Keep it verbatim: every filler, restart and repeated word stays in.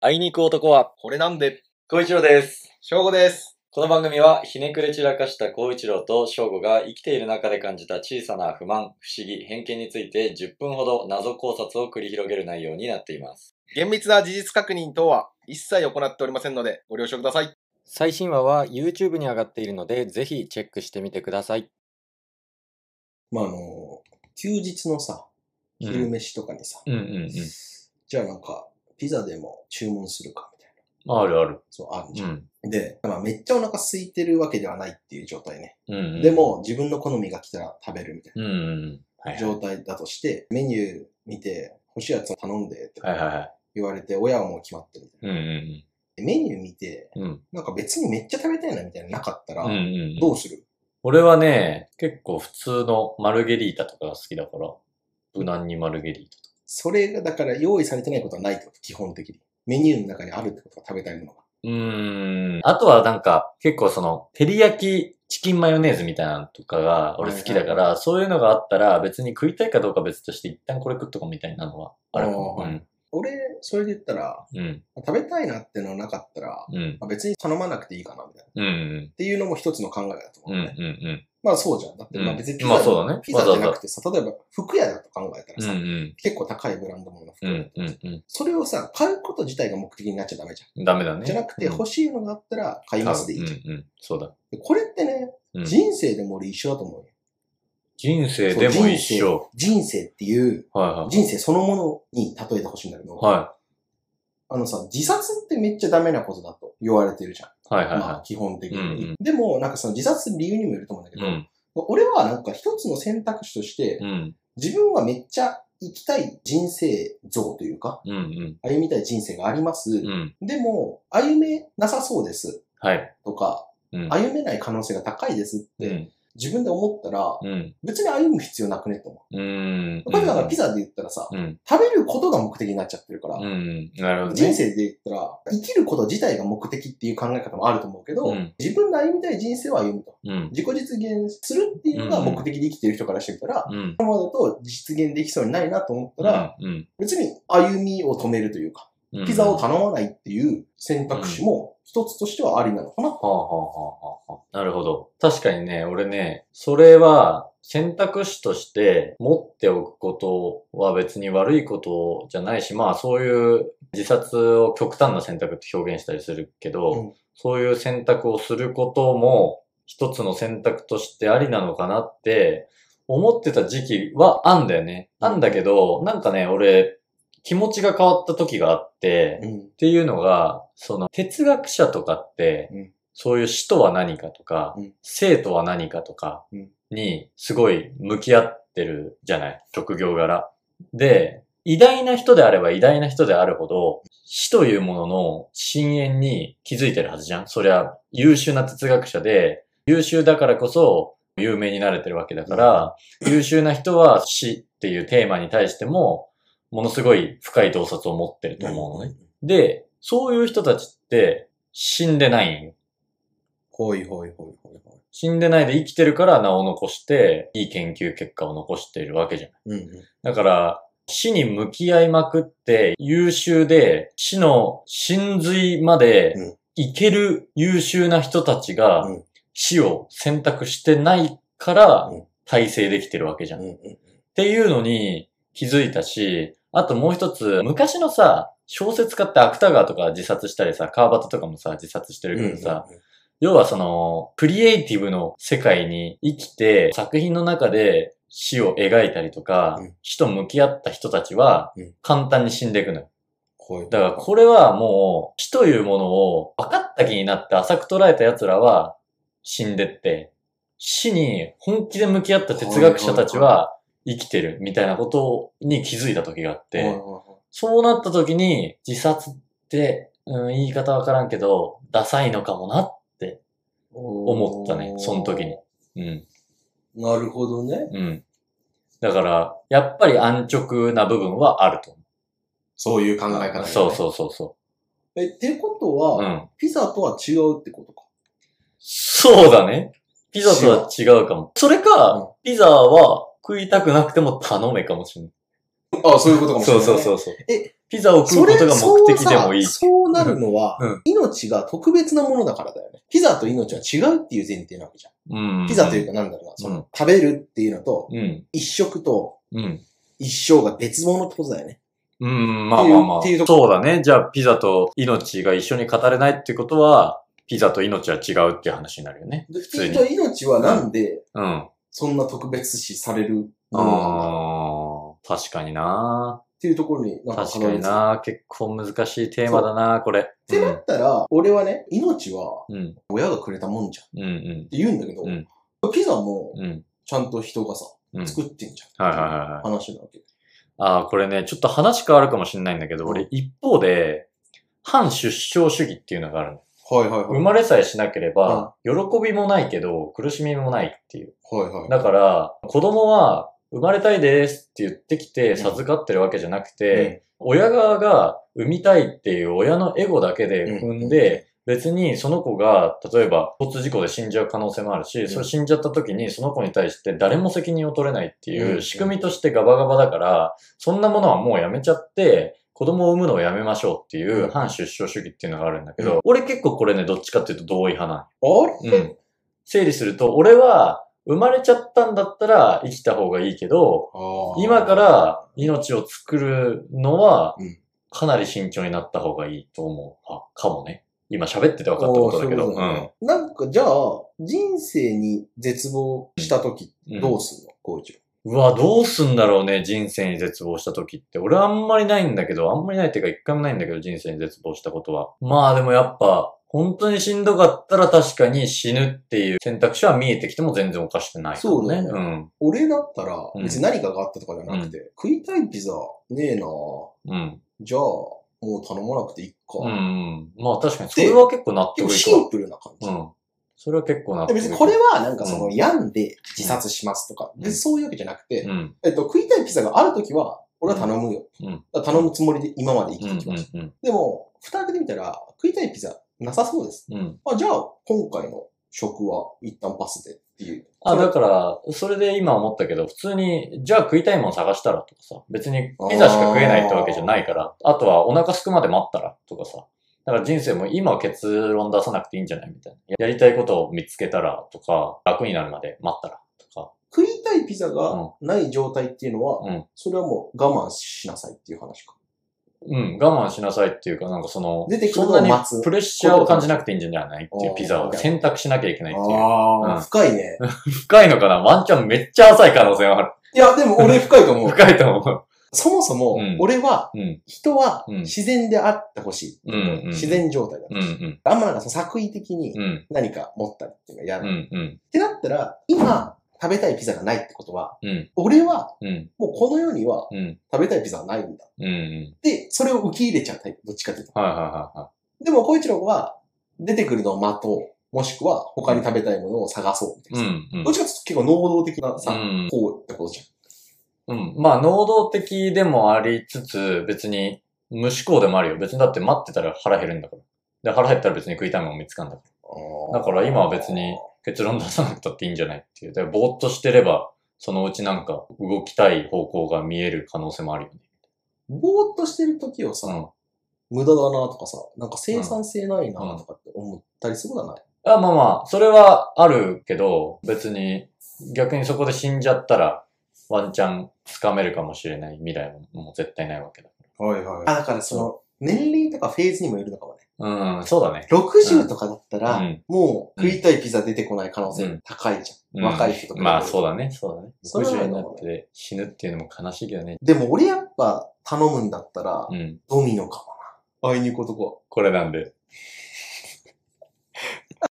あいにく男は、 これなんで、 孝一郎です。 翔吾です。 この番組は、ひねくれ散らかした孝一郎と翔吾が生きている中で感じた小さな不満、不思議、偏見についてじゅっぷんほど謎考察を繰り広げる内容になっています。 厳密な事実確認等は一切行っておりませんので、ご了承ください。 最新話は YouTube に上がっているので、ぜひチェックしてみてください。 まあ、あの、休日のさ、昼飯とかにさ、 うんうんうん。 じゃあなんか、ピザでも注文するかみたいあるある。 な。そう、あるじゃん。 うん。 で、まあ、めっちゃお腹空いてるわけではないっていう状態ね。 うんうん、 でも、自分の好みが来たら食べるみたいうんうんな状態だとして、メニュー見て、欲しいやつを頼んでってはいはいはい。 言われて、親はもう決まってるみたいな。 うんうんうんメニュー見て、 うん、 なんか別にめっちゃ食べたいなみたいななかったら、 うんうん、 どうする？ 俺はね、結構普通のマルゲリータとかが好きだから、無難にマルゲリータとか。 それがだから用意されてないことはないってこと、基本的に。メニューの中にあるってことが食べたいものが。 うーん。あとはなんか、結構その、照り焼きチキンマヨネーズみたいなのとかが俺好きだから、はいはいはい、そういうのがあったら別に食いたいかどうか別として一旦これ食っとこうみたいなのはあるかも。 はいうん、俺、それで言ったら、うん、食べたいなってのなかったら、うんまあ、別に頼まなくていいかなみたいな、うんうん。っていうのも一つの考えだと思うね。うんうんうん、まあそうじゃん。だってまあ別にピザ、うんまあそうだね、ピザじゃなくてさ、例えば服屋だと考えたらさ、うんうん、結構高いブランド物の服屋だとさ、うんうんうん、それをさ、買うこと自体が目的になっちゃダメじゃん。 ダメだね。 じゃなくて欲しいのがあったら買いますでいいじゃん。 うんうん、そうだ。 これってね、うん、人生でも俺一緒だと思うよ。 人生でも一緒。 人生、人生っていう、はいはい、人生そのものに例えてほしいんだけど、はい、あのさ、自殺ってめっちゃダメなことだと言われてるじゃん。はいはいはい。まあ基本的に。うんうん、でも、なんかその自殺する理由にもよると思うんだけど、うん、俺はなんか一つの選択肢として、うん、自分はめっちゃ生きたい人生像というか、うんうん、歩みたい人生があります。うん、でも、歩めなさそうです。はい。とか、うん、歩めない可能性が高いですって、うん自分で思ったら、うん、別に歩む必要なくねって思う。うん。これだからピザで言ったらさ、うん、食べることが目的になっちゃってるから、うん、なるほどね、人生で言ったら、生きること自体が目的っていう考え方もあると思うけど、うん、自分の歩みたい人生を歩むと、うん。自己実現するっていうのが目的で生きてる人からしてみたら、うん、このままだと実現できそうにないなと思ったら、うんうん、別に歩みを止めるというか、ピザを頼まないっていう選択肢も一つとしてはありなのかな、うんはあはあはあはあ、なるほど。確かにね、俺ね、それは選択肢として持っておくことは別に悪いことじゃないし、まあそういう自殺を極端な選択って表現したりするけど、うん、そういう選択をすることも一つの選択としてありなのかなって思ってた時期はあんだよね。あんだけど、なんかね、俺、気持ちが変わった時があって、うん、っていうのが、その哲学者とかって、うん、そういう死とは何かとか、うん、生とは何かとかにすごい向き合ってるじゃない、職業柄。で、偉大な人であれば偉大な人であるほど、死というものの深淵に気づいてるはずじゃん。そりゃ優秀な哲学者で、優秀だからこそ有名になれてるわけだから、優秀な人は死っていうテーマに対しても、ものすごい深い洞察を持ってると思うのね。で、そういう人たちって死んでないんよ。 ほいほいほいほいほい。 死んでないで生きてるから名を残して、いい研究結果を残しているわけじゃない。うんうん、だから、死に向き合いまくって優秀で死の真髄まで生ける優秀な人たちが死を選択してないから大成できてるわけじゃん。うんうんうん、っていうのに気づいたし、あともう一つ、昔のさ、小説家って芥川とか自殺したりさ、川端とかもさ、自殺してるけどさ、うんうんうん、要はその、クリエイティブの世界に生きて、作品の中で死を描いたりとか、うん、死と向き合った人たちは、簡単に死んでいくのよ。うん、だからこれはもう、死というものを分かった気になって浅く捉えた奴らは死んでって、死に本気で向き合った哲学者たちは、生きてるみたいなことに気づいた時があって、そうなった時に自殺って、うん、言い方わからんけど、ダサいのかもなって思ったね、その時に。うん。 なるほどね。 うん。だから、やっぱり安直な部分はあると思う。 そういう考え方、ね。 そうそうそうそう。 え、ってことは、うん、ピザとは違うってことか。 そうだね。ピザとは違うかも。それか、うん、ピザは、食いたくなくても頼めかもしれない。 ああ、そういうことかもしれない、ね。 そうそうそうそう。 え、 ピザを食うことが目的でもいい。 そうそうなるのは、うん、命が特別なものだからだよね。ピザと命は違うっていう前提なわけじゃん。うん、ピザというかなんだろうな、その、うん、食べるっていうのと、うん、一食と、うん、一生が別物ってことだよね。 うん、まあまあまあ。そうだね。じゃあ、ピザと命が一緒に語れないっていうことは、ピザと命は違うっていう話になるよね。 普通に。ピザと命はなんで、うん。そんな特別視されるものなんだろう。確かになっていうところになんか確かにな結構難しいテーマだなこれ。 ってなったら、俺はね、命は、親がくれたもんじゃん。うんうん、って言うんだけど、うん、ピザも、ちゃんと人がさ、うん、作ってんじゃん。はいはいはい。話なわけ。 ああ、これね、ちょっと話変わるかもしれないんだけど、うん、俺一方で、反出生主義っていうのがあるの。はいはいはい。生まれさえしなければ、喜びもないけど、苦しみもないっていう。はいはい。だから、子供は、生まれたいですって言ってきて授かってるわけじゃなくて、うん、親側が産みたいっていう親のエゴだけで産んで、別にその子が、例えば、交通事故で死んじゃう可能性もあるし、それ死んじゃった時にその子に対して誰も責任を取れないっていう仕組みとしてガバガバだから、そんなものはもうやめちゃって、子供を産むのをやめましょうっていう反出生主義っていうのがあるんだけど、俺結構これね、どっちかっていうと同意派なの。あれ？うん。整理すると、俺は、生まれちゃったんだったら生きた方がいいけど、今から命を作るのは、かなり慎重になった方がいいと思う。あ、かもね。今喋ってて分かったことだけど。ううね、うん。なんか、じゃあ、人生に絶望した時どうすんの？こう一郎。 うわ、どうすんだろうね、人生に絶望した時って。俺あんまりないんだけど、あんまりないっていうか一回もないんだけど、人生に絶望したことは。まあでもやっぱ、本当にしんどかったら確かに死ぬっていう選択肢は見えてきても全然おかしくないかもね。そうだね。うん。 俺だったら、別に何かがあったとかじゃなくて、うん、食いたいピザねえなぁ。うん。じゃあ、もう頼まなくていいか。 うん。まあ確かに、それは結構納得いくわ。 シンプルな感じ。うん。 それは結構納得いく。 別にこれはなんかその病んで自殺しますとか、うん、別にそういうわけじゃなくて、うん、えっと、食いたいピザがあるときは、俺は頼むよ。うん、頼むつもりで今まで生きてきました。うんうんうん、でも、蓋開けてみたら、食いたいピザなさそうです。うん、あじゃあ、今回の食は一旦パスでっていう。 あ、だから、それで今思ったけど、普通に、じゃあ食いたいもの探したらとかさ、別にピザしか食えないってわけじゃないから、あとはお腹すくまで待ったらとかさ、だから人生も今は結論出さなくていいんじゃないみたいな。やりたいことを見つけたらとか、楽になるまで待ったらとか。 食いたいピザがない状態っていうのは、うん、それはもう我慢しなさいっていう話か。 うん、我慢しなさいっていうか、なんかその、 出てくるのを待つ。 そんなにプレッシャーを感じなくていいんじゃないっていうピザを選択しなきゃいけないっていう。 ああ、うん、深いね。 深いのかなワンチャンめっちゃ浅い可能性がある。 いや、でも俺深いと思う。 深いと思う。 そもそも、俺は、人は自然であってほしい。自然状態だったし。あんまなんか作為的に何か持ったりっていうのが嫌だ。ってなったら、今食べたいピザがないってことは、俺は、もうこの世には食べたいピザはないんだ。で、それを受け入れちゃうタイプ。どっちかっていうと。でも、小一郎は出てくるのを待とう。もしくは他に食べたいものを探そうみたいな。どっちかっていうと結構能動的なさ、こうってことじゃん。 うん。まあ、能動的でもありつつ、別に無思考でもあるよ。別にだって待ってたら腹減るんだから。で、腹減ったら別に食いたいもの見つかんだから。だから今は別に結論出さなくたっていいんじゃないっていう。だからぼーっとしてれば、そのうちなんか動きたい方向が見える可能性もあるよね。 ぼーっとしてる時をさ、うん、無駄だなとかさ、なんか生産性ないなとかって思ったりすることはない、 うんうん、あ、まあまあ、それはあるけど、別に逆にそこで死んじゃったら、ワンチャン掴めるかもしれない未来ももう絶対ないわけだから。 はいはい。あ、だからその、年齢とかフェーズにもよるのかもね。 うん、そうだね。 ろくじゅうとかだったら、うん、もう食いたいピザ出てこない可能性高いじゃん。うん、若い人とか。 まあそうだね、そうだね。ろくじゅうになって死ぬっていうのも悲しいけどね。 でも俺やっぱ頼むんだったら、うん、ドミノかもな。あいに行くとこ。 これなんで。